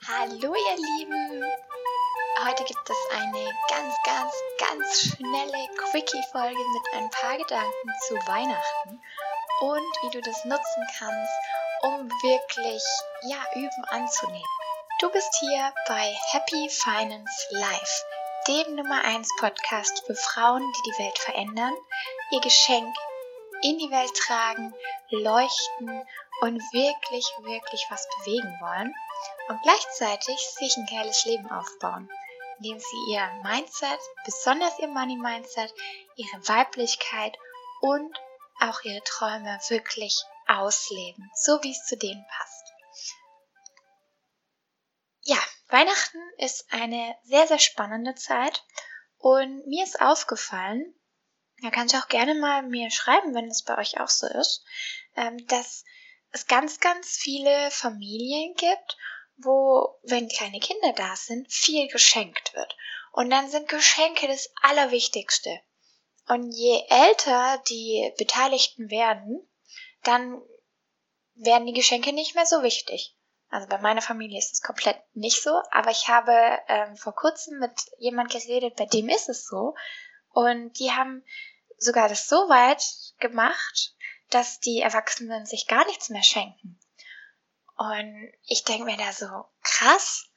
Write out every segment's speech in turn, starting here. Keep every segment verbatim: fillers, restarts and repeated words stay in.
Hallo ihr Lieben! Heute gibt es eine ganz, ganz, ganz schnelle Quickie-Folge mit ein paar Gedanken zu Weihnachten und wie du das nutzen kannst, um wirklich, ja, Üben anzunehmen. Du bist hier bei Happy Finance Life, dem Nummer eins Podcast für Frauen, die die Welt verändern, ihr Geschenk in die Welt tragen, leuchten und wirklich, wirklich was bewegen wollen und gleichzeitig sich ein geiles Leben aufbauen, indem sie ihr Mindset, besonders ihr Money-Mindset, ihre Weiblichkeit und auch ihre Träume wirklich ausleben, so wie es zu denen passt. Ja, Weihnachten ist eine sehr, sehr spannende Zeit und mir ist aufgefallen, da kannst du auch gerne mal mir schreiben, wenn es bei euch auch so ist, dass es ganz, ganz viele Familien gibt, wo, wenn kleine Kinder da sind, viel geschenkt wird. Und dann sind Geschenke das Allerwichtigste. Und je älter die Beteiligten werden, dann werden die Geschenke nicht mehr so wichtig. Also bei meiner Familie ist es komplett nicht so, aber ich habe ähm, vor kurzem mit jemand geredet, bei dem ist es so. Und die haben sogar das so weit gemacht, dass die Erwachsenen sich gar nichts mehr schenken. Und ich denke mir da so, krass,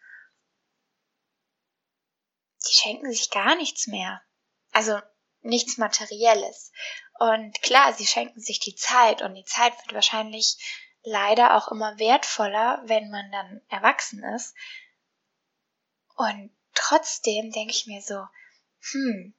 die schenken sich gar nichts mehr. Also nichts Materielles. Und klar, sie schenken sich die Zeit und die Zeit wird wahrscheinlich leider auch immer wertvoller, wenn man dann erwachsen ist. Und trotzdem denke ich mir so, hm,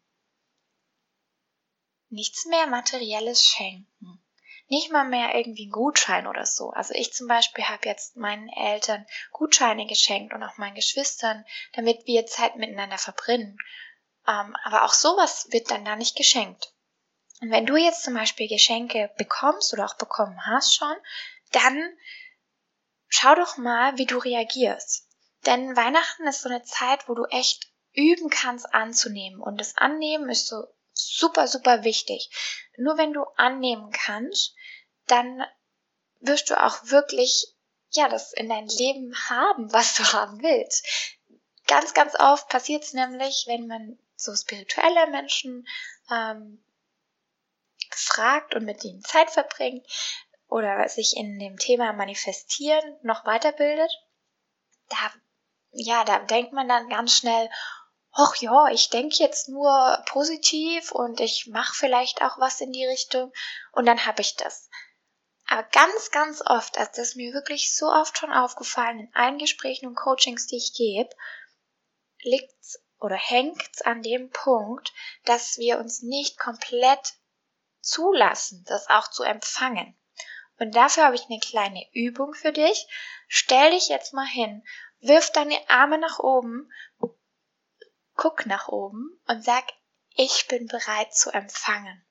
nichts mehr Materielles schenken. Nicht mal mehr irgendwie einen Gutschein oder so. Also ich zum Beispiel habe jetzt meinen Eltern Gutscheine geschenkt und auch meinen Geschwistern, damit wir Zeit miteinander verbringen. Ähm, aber auch sowas wird dann da nicht geschenkt. Und wenn du jetzt zum Beispiel Geschenke bekommst oder auch bekommen hast schon, dann schau doch mal, wie du reagierst. Denn Weihnachten ist so eine Zeit, wo du echt üben kannst anzunehmen. Und das Annehmen ist so super, super wichtig. Nur wenn du annehmen kannst, dann wirst du auch wirklich, ja, das in dein Leben haben, was du haben willst. Ganz, ganz oft passiert es nämlich, wenn man so spirituelle Menschen ähm, fragt und mit ihnen Zeit verbringt oder sich in dem Thema Manifestieren noch weiterbildet, da, ja, da denkt man dann ganz schnell, ach ja, ich denke jetzt nur positiv und ich mache vielleicht auch was in die Richtung und dann habe ich das. Aber ganz, ganz oft, also das ist mir wirklich so oft schon aufgefallen in allen Gesprächen und Coachings, die ich gebe, liegt's oder hängt's an dem Punkt, dass wir uns nicht komplett zulassen, das auch zu empfangen. Und dafür habe ich eine kleine Übung für dich. Stell dich jetzt mal hin, wirf deine Arme nach oben, guck nach oben und sag, ich bin bereit zu empfangen.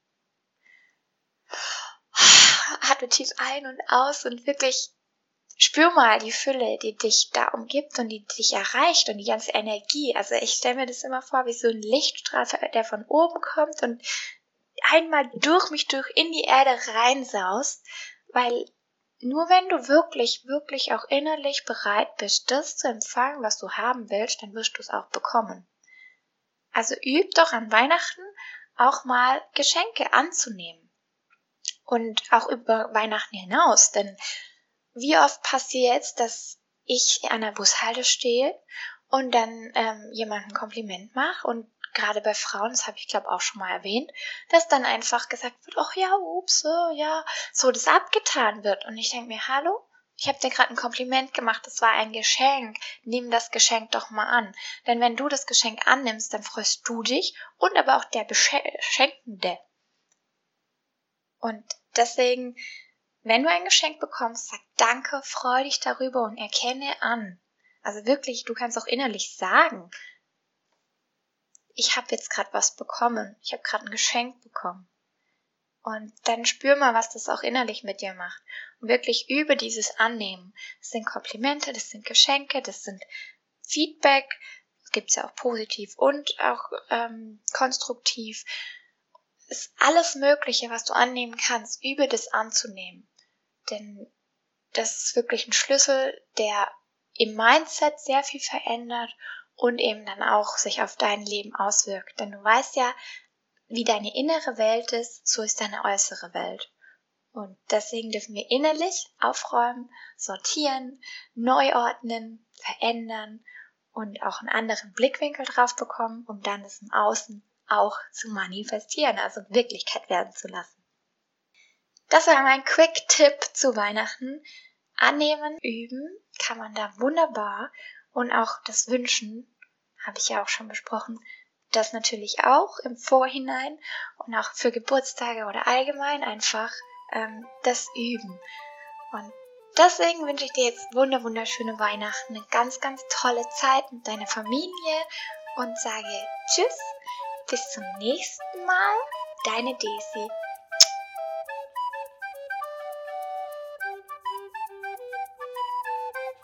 Atme tief ein und aus und wirklich spür mal die Fülle, die dich da umgibt und die dich erreicht und die ganze Energie. Also ich stelle mir das immer vor, wie so ein Lichtstrahl, der von oben kommt und einmal durch mich durch in die Erde reinsaust, weil nur wenn du wirklich, wirklich auch innerlich bereit bist, das zu empfangen, was du haben willst, dann wirst du es auch bekommen. Also üb doch an Weihnachten auch mal Geschenke anzunehmen. Und auch über Weihnachten hinaus, denn wie oft passiert es, dass ich an der Bushalte stehe und dann ähm, jemandem ein Kompliment mache und gerade bei Frauen, das habe ich glaube auch schon mal erwähnt, dass dann einfach gesagt wird, ach ja, ups, so, ja, so das abgetan wird. Und ich denke mir, hallo, ich habe dir gerade ein Kompliment gemacht, das war ein Geschenk, nimm das Geschenk doch mal an. Denn wenn du das Geschenk annimmst, dann freust du dich und aber auch der Beschenkende. Und deswegen, wenn du ein Geschenk bekommst, sag danke, freu dich darüber und erkenne an. Also wirklich, du kannst auch innerlich sagen, ich habe jetzt gerade was bekommen, ich habe gerade ein Geschenk bekommen. Und dann spür mal, was das auch innerlich mit dir macht. Und wirklich übe dieses Annehmen. Das sind Komplimente, das sind Geschenke, das sind Feedback, das gibt's ja auch positiv und auch ähm, konstruktiv. Es ist alles Mögliche, was du annehmen kannst, übe das anzunehmen. Denn das ist wirklich ein Schlüssel, der im Mindset sehr viel verändert und eben dann auch sich auf dein Leben auswirkt. Denn du weißt ja, wie deine innere Welt ist, so ist deine äußere Welt. Und deswegen dürfen wir innerlich aufräumen, sortieren, neu ordnen, verändern und auch einen anderen Blickwinkel drauf bekommen, um dann es im Außen auch zu manifestieren, also Wirklichkeit werden zu lassen. Das war mein Quick-Tipp zu Weihnachten. Annehmen, üben kann man da wunderbar und auch das Wünschen, habe ich ja auch schon besprochen, das natürlich auch im Vorhinein und auch für Geburtstage oder allgemein einfach ähm, das Üben. Und deswegen wünsche ich dir jetzt wunder wunderschöne Weihnachten, eine ganz, ganz tolle Zeit mit deiner Familie und sage Tschüss, bis zum nächsten Mal, deine Daisy.